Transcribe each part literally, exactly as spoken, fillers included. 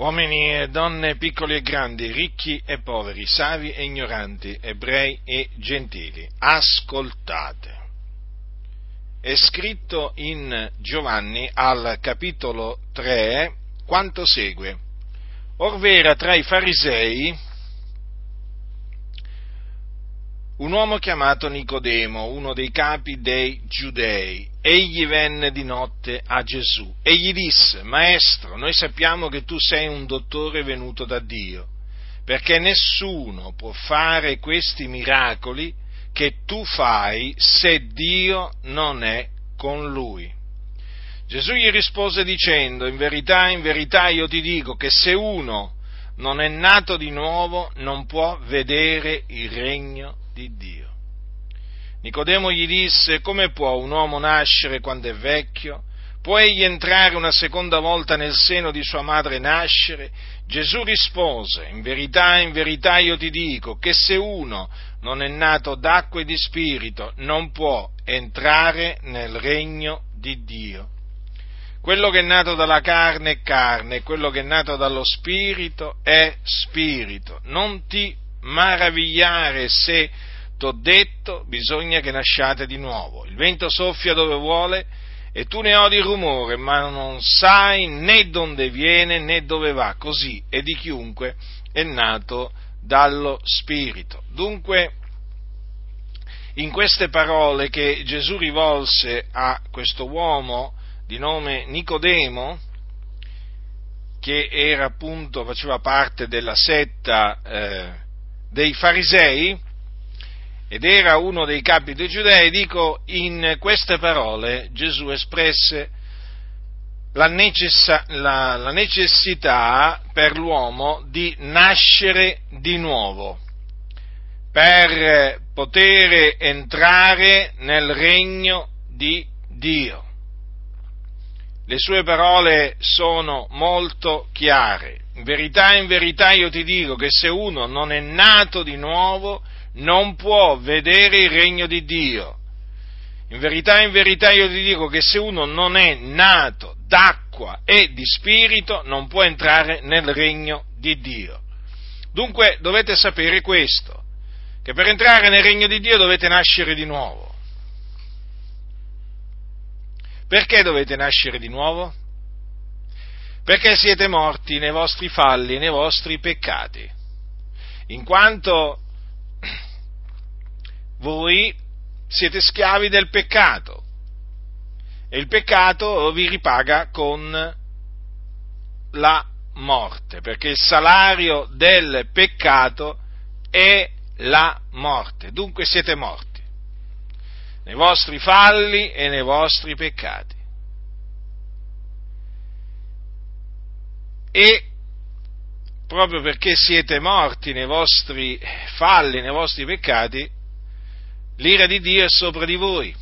Uomini e donne, piccoli e grandi, ricchi e poveri, savi e ignoranti, ebrei e gentili, ascoltate. È scritto in Giovanni al capitolo tre quanto segue: Orv'era tra i farisei un uomo chiamato Nicodemo, uno dei capi dei Giudei. Egli venne di notte a Gesù e gli disse: Maestro, noi sappiamo che tu sei un dottore venuto da Dio, perché nessuno può fare questi miracoli che tu fai se Dio non è con lui. Gesù gli rispose dicendo: In verità, in verità io ti dico che se uno non è nato di nuovo non può vedere il regno di Dio. Nicodemo gli disse: come può un uomo nascere quando è vecchio? Può egli entrare una seconda volta nel seno di sua madre e nascere? Gesù rispose: in verità, in verità io ti dico che se uno non è nato d'acqua e di spirito non può entrare nel regno di Dio. Quello che è nato dalla carne è carne, e quello che è nato dallo spirito è spirito. Non ti maravigliare se t'ho detto, bisogna che nasciate di nuovo. Il vento soffia dove vuole e tu ne odi il rumore, ma non sai né dove viene né dove va. Così è di chiunque è nato dallo spirito. Dunque, in queste parole che Gesù rivolse a questo uomo di nome Nicodemo, che era appunto, faceva parte della setta eh, dei farisei ed era uno dei capi dei giudei, dico, in queste parole Gesù espresse la, necessa, la, la necessità per l'uomo di nascere di nuovo, per poter entrare nel regno di Dio. Le sue parole sono molto chiare. In verità, in verità io ti dico che se uno non è nato di nuovo non può vedere il regno di Dio. In verità, in verità io ti dico che se uno non è nato d'acqua e di spirito non può entrare nel regno di Dio. Dunque dovete sapere questo, che per entrare nel regno di Dio dovete nascere di nuovo. Perché dovete nascere di nuovo? Perché siete morti nei vostri falli, nei vostri peccati, in quanto voi siete schiavi del peccato e il peccato vi ripaga con la morte, perché il salario del peccato è la morte. Dunque siete morti nei vostri falli e nei vostri peccati. E proprio perché siete morti nei vostri falli, nei vostri peccati, l'ira di Dio è sopra di voi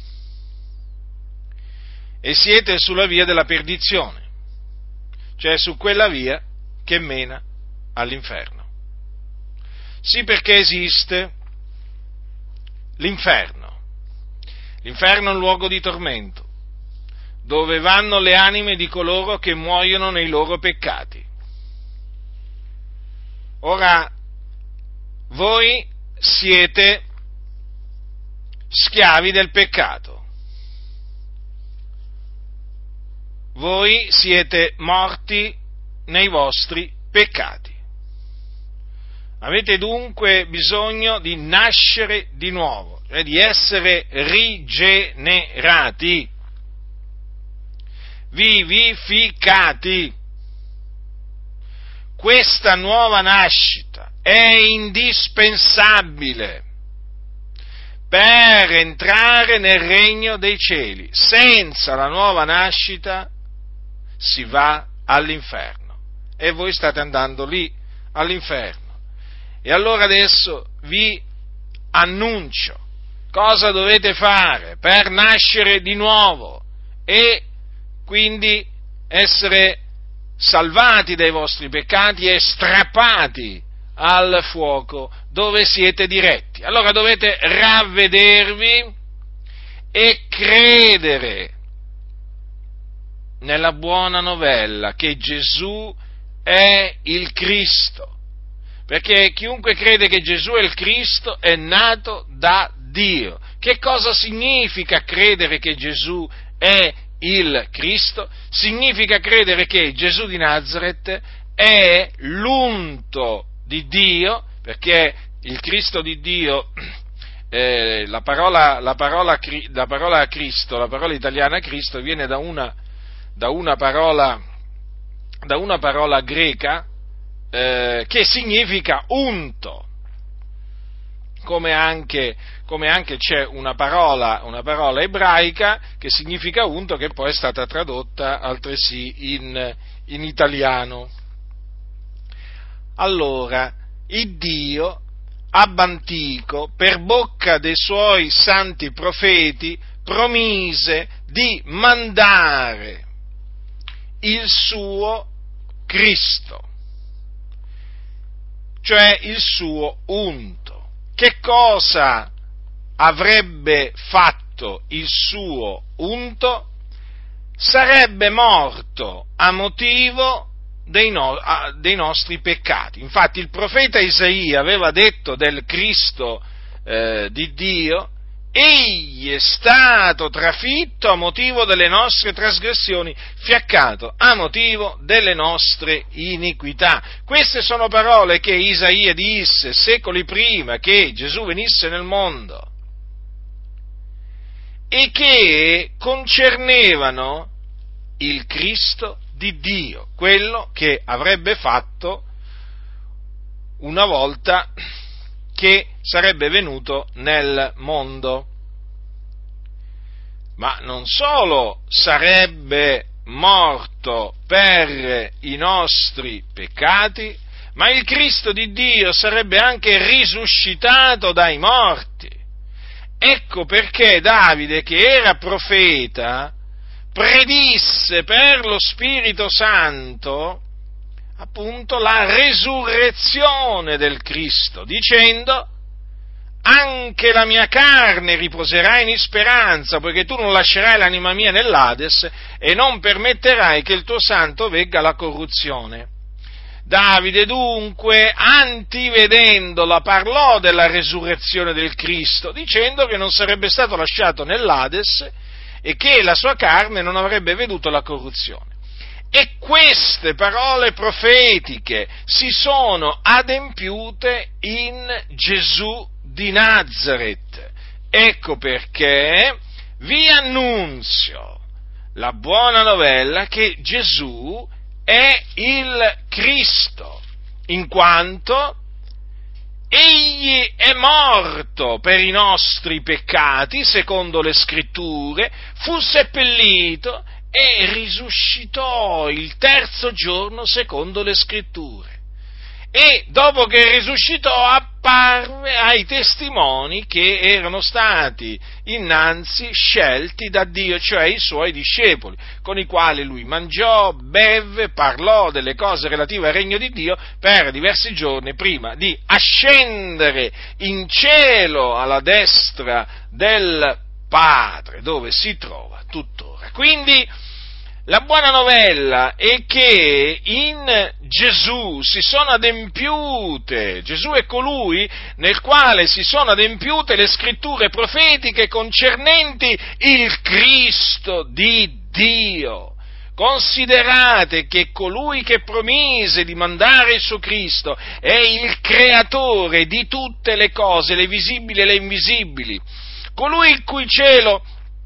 e siete sulla via della perdizione, cioè su quella via che mena all'inferno. Sì, perché esiste l'inferno. L'inferno è un luogo di tormento, dove vanno le anime di coloro che muoiono nei loro peccati. Ora, voi siete schiavi del peccato, voi siete morti nei vostri peccati. Avete dunque bisogno di nascere di nuovo, cioè di essere rigenerati, vivificati. Questa nuova nascita è indispensabile per entrare nel regno dei cieli. Senza la nuova nascita si va all'inferno e voi state andando lì all'inferno. E allora adesso vi annuncio cosa dovete fare per nascere di nuovo e quindi essere salvati dai vostri peccati e strappati al fuoco dove siete diretti. Allora dovete ravvedervi e credere nella buona novella che Gesù è il Cristo, perché chiunque crede che Gesù è il Cristo è nato da Dio. Che cosa significa credere che Gesù è il Cristo? Significa credere che Gesù di Nazaret è l'unto di Dio, perché il Cristo di Dio, eh, la, parola, la, parola, la parola Cristo, la parola italiana Cristo, viene da una, da una parola, da una parola greca eh, che significa unto, come anche, come anche c'è una parola, una parola ebraica che significa unto, che poi è stata tradotta altresì in, in italiano. Allora, il Dio ab antico, per bocca dei suoi santi profeti, promise di mandare il suo Cristo, cioè il suo unto. Che cosa avrebbe fatto il suo unto? Sarebbe morto a motivo dei, no, a, dei nostri peccati. Infatti il profeta Isaia aveva detto del Cristo eh, di Dio: egli è stato trafitto a motivo delle nostre trasgressioni, fiaccato a motivo delle nostre iniquità. Queste sono parole che Isaia disse secoli prima che Gesù venisse nel mondo e che concernevano il Cristo di Dio, quello che avrebbe fatto una volta che sarebbe venuto nel mondo. Ma non solo sarebbe morto per i nostri peccati, ma il Cristo di Dio sarebbe anche risuscitato dai morti. Ecco perché Davide, che era profeta, predisse per lo Spirito Santo appunto la resurrezione del Cristo, dicendo: anche la mia carne riposerà in speranza, poiché tu non lascerai l'anima mia nell'Ades e non permetterai che il tuo santo vegga la corruzione. Davide dunque, antivedendola, parlò della resurrezione del Cristo, dicendo che non sarebbe stato lasciato nell'Ades e che la sua carne non avrebbe veduto la corruzione. E queste parole profetiche si sono adempiute in Gesù di Nazaret. Ecco perché vi annunzio la buona novella che Gesù è il Cristo, in quanto egli è morto per i nostri peccati, secondo le Scritture, fu seppellito e risuscitò il terzo giorno, secondo le Scritture. E dopo che risuscitò apparve ai testimoni che erano stati innanzi scelti da Dio, cioè i suoi discepoli, con i quali lui mangiò, bevve, parlò delle cose relative al regno di Dio per diversi giorni prima di ascendere in cielo alla destra del Padre, dove si trova tuttora. Quindi la buona novella è che in Gesù si sono adempiute, Gesù è colui nel quale si sono adempiute le scritture profetiche concernenti il Cristo di Dio. Considerate che colui che promise di mandare il suo Cristo è il creatore di tutte le cose, le visibili e le invisibili, colui il cui cielo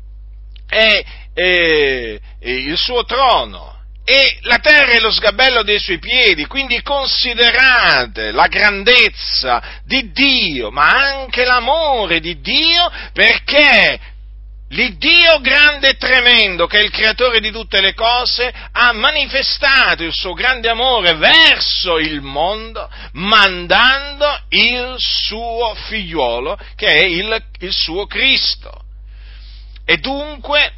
è E, e il suo trono, e la terra è lo sgabello dei suoi piedi. Quindi considerate la grandezza di Dio, ma anche l'amore di Dio, perché l'Iddio grande e tremendo, che è il creatore di tutte le cose, ha manifestato il suo grande amore verso il mondo, mandando il suo figliuolo, che è il, il suo Cristo. E dunque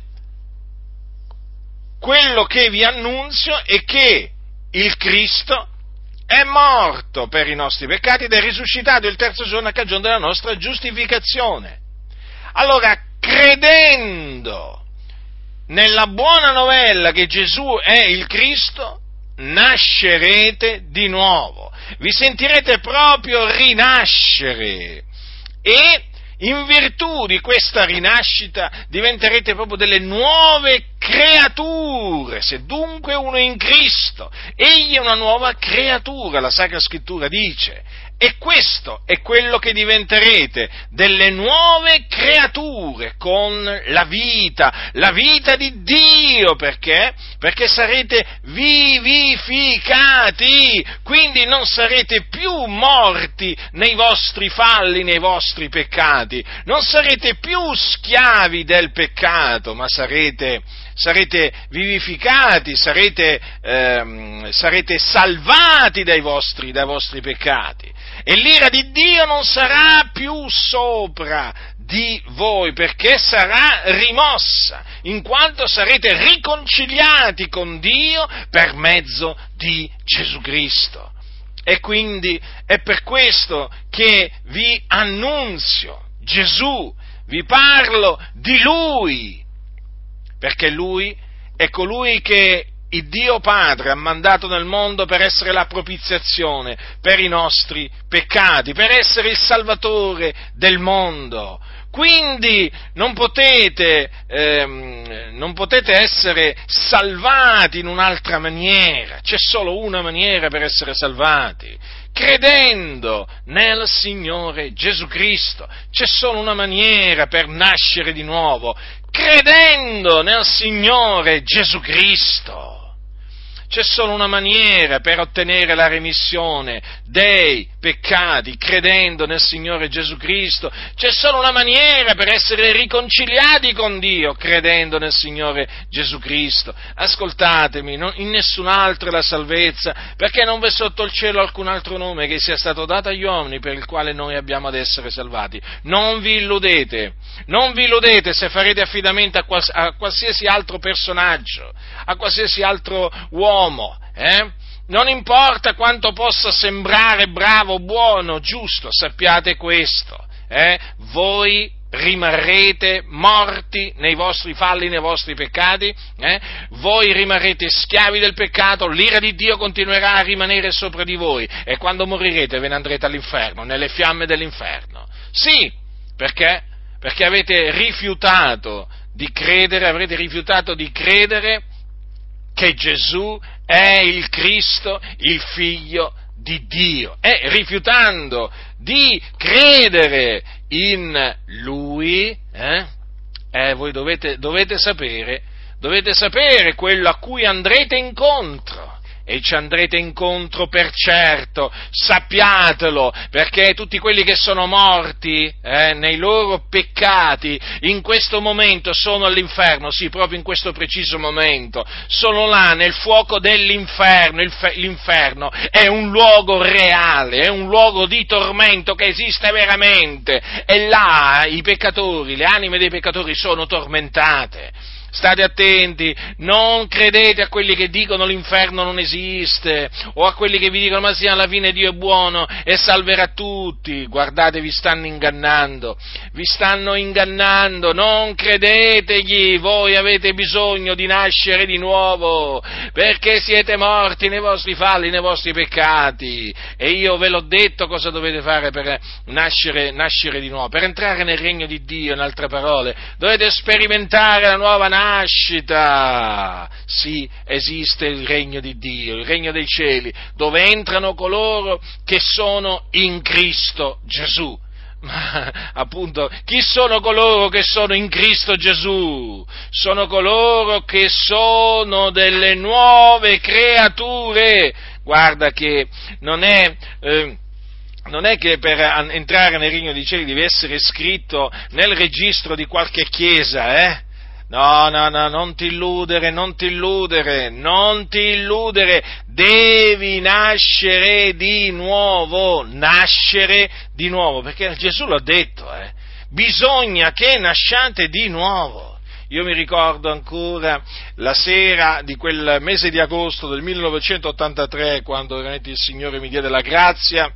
quello che vi annunzio è che il Cristo è morto per i nostri peccati ed è risuscitato il terzo giorno a cagione della nostra giustificazione. Allora, credendo nella buona novella che Gesù è il Cristo, nascerete di nuovo, vi sentirete proprio rinascere e in virtù di questa rinascita diventerete proprio delle nuove creature. Se dunque uno è in Cristo, egli è una nuova creatura, la Sacra Scrittura dice. E questo è quello che diventerete, delle nuove creature con la vita, la vita di Dio, perché? Perché sarete vivificati, quindi non sarete più morti nei vostri falli, nei vostri peccati, non sarete più schiavi del peccato, ma sarete sarete vivificati, sarete, ehm, sarete salvati dai vostri, dai vostri peccati. E l'ira di Dio non sarà più sopra di voi, perché sarà rimossa, in quanto sarete riconciliati con Dio per mezzo di Gesù Cristo. E quindi è per questo che vi annunzio Gesù, vi parlo di Lui, perché Lui è colui che il Dio Padre ha mandato nel mondo per essere la propiziazione per i nostri peccati, per essere il Salvatore del mondo. Quindi non potete, ehm, non potete essere salvati in un'altra maniera, c'è solo una maniera per essere salvati, credendo nel Signore Gesù Cristo. C'è solo una maniera per nascere di nuovo, credendo nel Signore Gesù Cristo. C'è solo una maniera per ottenere la remissione dei peccati, credendo nel Signore Gesù Cristo. C'è solo una maniera per essere riconciliati con Dio, credendo nel Signore Gesù Cristo. Ascoltatemi, non, in nessun altro è la salvezza, perché non v'è sotto il cielo alcun altro nome che sia stato dato agli uomini per il quale noi abbiamo ad essere salvati. Non vi illudete, non vi illudete se farete affidamento a, quals- a qualsiasi altro personaggio, a qualsiasi altro uomo. Eh? Non importa quanto possa sembrare bravo, buono, giusto, sappiate questo, eh? Voi rimarrete morti nei vostri falli, nei vostri peccati, eh? Voi rimarrete schiavi del peccato, l'ira di Dio continuerà a rimanere sopra di voi e quando morirete ve ne andrete all'inferno, nelle fiamme dell'inferno. Sì, perché? Perché avete rifiutato di credere, avrete rifiutato di credere che Gesù è il Cristo, il Figlio di Dio, e rifiutando di credere in Lui, eh, eh, voi dovete, dovete sapere, dovete sapere quello a cui andrete incontro. E ci andrete incontro per certo, sappiatelo, perché tutti quelli che sono morti eh, nei loro peccati in questo momento sono all'inferno, sì, proprio in questo preciso momento, sono là nel fuoco dell'inferno. Il fe- l'inferno è un luogo reale, è un luogo di tormento che esiste veramente, e là i peccatori, le anime dei peccatori sono tormentate. State attenti, non credete a quelli che dicono l'inferno non esiste, o a quelli che vi dicono ma sì, alla fine Dio è buono e salverà tutti. Guardate, vi stanno ingannando, vi stanno ingannando, non credetegli, voi avete bisogno di nascere di nuovo, perché siete morti nei vostri falli, nei vostri peccati, e io ve l'ho detto cosa dovete fare per nascere, nascere di nuovo, per entrare nel regno di Dio, in altre parole, dovete sperimentare la nuova nascita. Nascita, sì, esiste il regno di Dio, il regno dei cieli, dove entrano coloro che sono in Cristo Gesù. Ma appunto, chi sono coloro che sono in Cristo Gesù? Sono coloro che sono delle nuove creature. Guarda che non è... Eh, Non è che per entrare nel regno dei cieli devi essere iscritto nel registro di qualche chiesa, eh? No, no, no, non ti illudere, non ti illudere, non ti illudere, devi nascere di nuovo, nascere di nuovo, perché Gesù l'ha detto, eh? Bisogna che nasciate di nuovo. Io mi ricordo ancora la sera di quel mese di agosto del millenovecentottantatré, quando veramente il Signore mi diede la grazia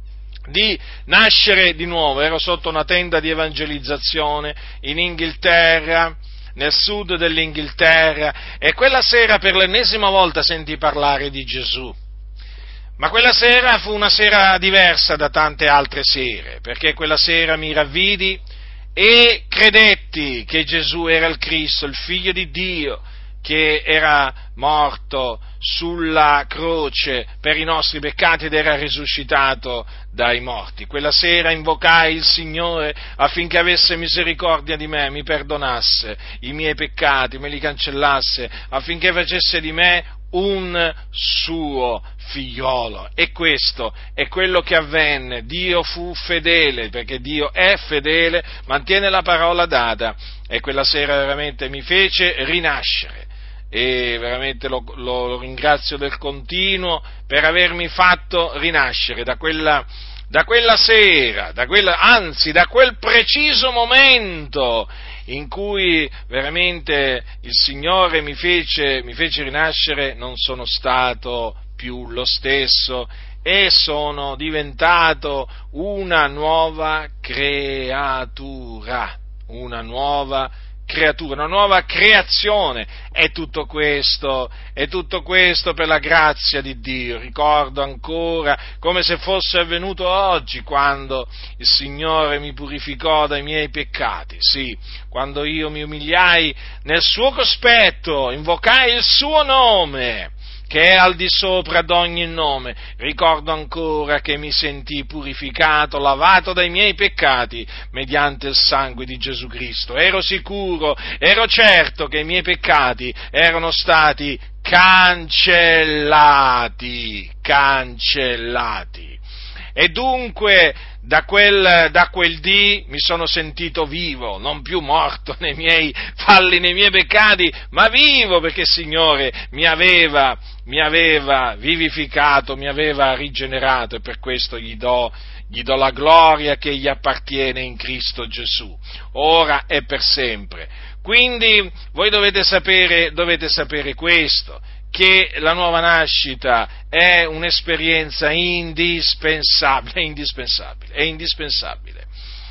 di nascere di nuovo. Ero sotto una tenda di evangelizzazione in Inghilterra, nel sud dell'Inghilterra, e quella sera per l'ennesima volta sentii parlare di Gesù. Ma quella sera fu una sera diversa da tante altre sere, perché quella sera mi ravvidi e credetti che Gesù era il Cristo, il Figlio di Dio, che era morto sulla croce per i nostri peccati ed era risuscitato dai morti. Quella sera invocai il Signore affinché avesse misericordia di me, mi perdonasse i miei peccati, me li cancellasse, affinché facesse di me un suo figliolo. E questo è quello che avvenne. Dio fu fedele, perché Dio è fedele, mantiene la parola data, e quella sera veramente mi fece rinascere. E veramente lo, lo, lo ringrazio del continuo per avermi fatto rinascere da quella, da quella sera, da quella, anzi da quel preciso momento in cui veramente il Signore mi fece, mi fece rinascere. Non sono stato più lo stesso e sono diventato una nuova creatura, una nuova creatura, una nuova creazione. E tutto questo, è tutto questo per la grazia di Dio. Ricordo ancora come se fosse avvenuto oggi, quando il Signore mi purificò dai miei peccati, sì, quando io mi umiliai nel suo cospetto, invocai il suo nome, che è al di sopra d'ogni nome. Ricordo ancora che mi sentii purificato, lavato dai miei peccati mediante il sangue di Gesù Cristo. Ero sicuro, ero certo che i miei peccati erano stati cancellati, cancellati. E dunque da quel, da quel dì mi sono sentito vivo, non più morto nei miei falli, nei miei peccati, ma vivo, perché il Signore mi aveva, mi aveva vivificato, mi aveva rigenerato, e per questo gli do, gli do la gloria che gli appartiene in Cristo Gesù, ora e per sempre. Quindi voi dovete sapere, dovete sapere questo, che la nuova nascita è un'esperienza indispensabile, indispensabile, è indispensabile.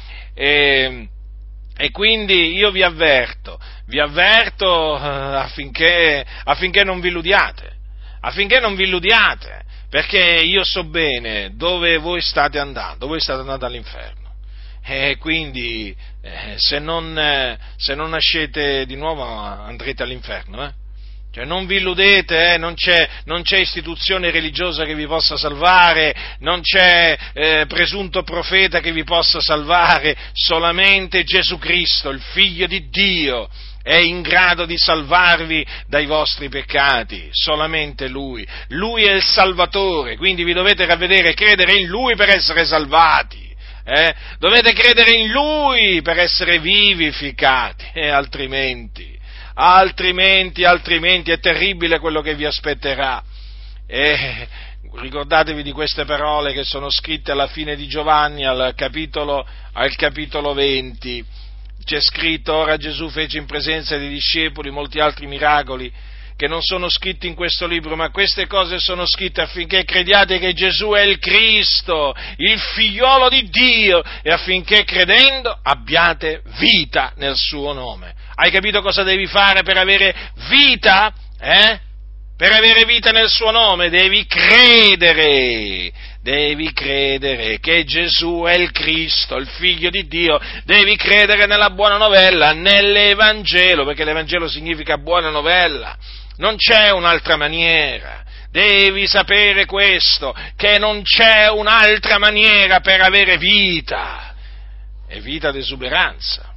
E, e quindi io vi avverto, vi avverto affinché, affinché non vi illudiate, affinché non vi illudiate, perché io so bene dove voi state andando, voi state andando all'inferno. E quindi eh, se non, eh, se non nascete di nuovo andrete all'inferno, eh? Cioè, non vi illudete, eh? non, c'è, non c'è istituzione religiosa che vi possa salvare, non c'è eh, presunto profeta che vi possa salvare, solamente Gesù Cristo, il Figlio di Dio, è in grado di salvarvi dai vostri peccati, solamente Lui. Lui è il Salvatore, quindi vi dovete ravvedere e credere in Lui per essere salvati. Eh? Dovete credere in Lui per essere vivificati, e eh, altrimenti... altrimenti, altrimenti è terribile quello che vi aspetterà. E ricordatevi di queste parole che sono scritte alla fine di Giovanni, al capitolo, al capitolo venti. C'è scritto: ora Gesù fece in presenza dei discepoli molti altri miracoli che non sono scritti in questo libro, ma queste cose sono scritte affinché crediate che Gesù è il Cristo, il Figliolo di Dio, e affinché credendo abbiate vita nel suo nome. Hai capito cosa devi fare per avere vita? Eh? Per avere vita nel suo nome devi credere, devi credere che Gesù è il Cristo, il Figlio di Dio, devi credere nella buona novella, nell'Evangelo, perché l'Evangelo significa buona novella. Non c'è un'altra maniera, devi sapere questo, che non c'è un'altra maniera per avere vita, e vita d'esuberanza.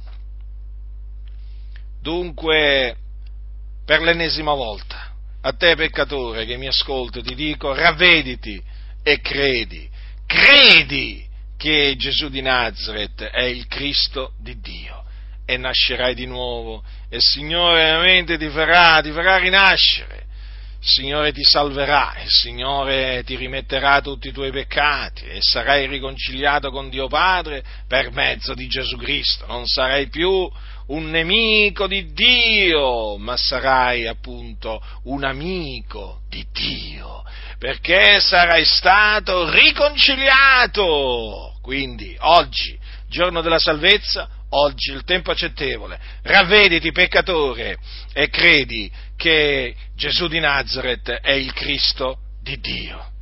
Dunque, per l'ennesima volta, a te peccatore che mi ascolti, ti dico: ravvediti e credi, credi che Gesù di Nazaret è il Cristo di Dio, e nascerai di nuovo, e il Signore veramente ti farà, ti farà rinascere, il Signore ti salverà, il Signore ti rimetterà tutti i tuoi peccati, e sarai riconciliato con Dio Padre per mezzo di Gesù Cristo. Non sarai più un nemico di Dio, ma sarai appunto un amico di Dio, perché sarai stato riconciliato. Quindi oggi, giorno della salvezza, oggi, il tempo accettevole. Ravvediti, peccatore, e credi che Gesù di Nazaret è il Cristo di Dio.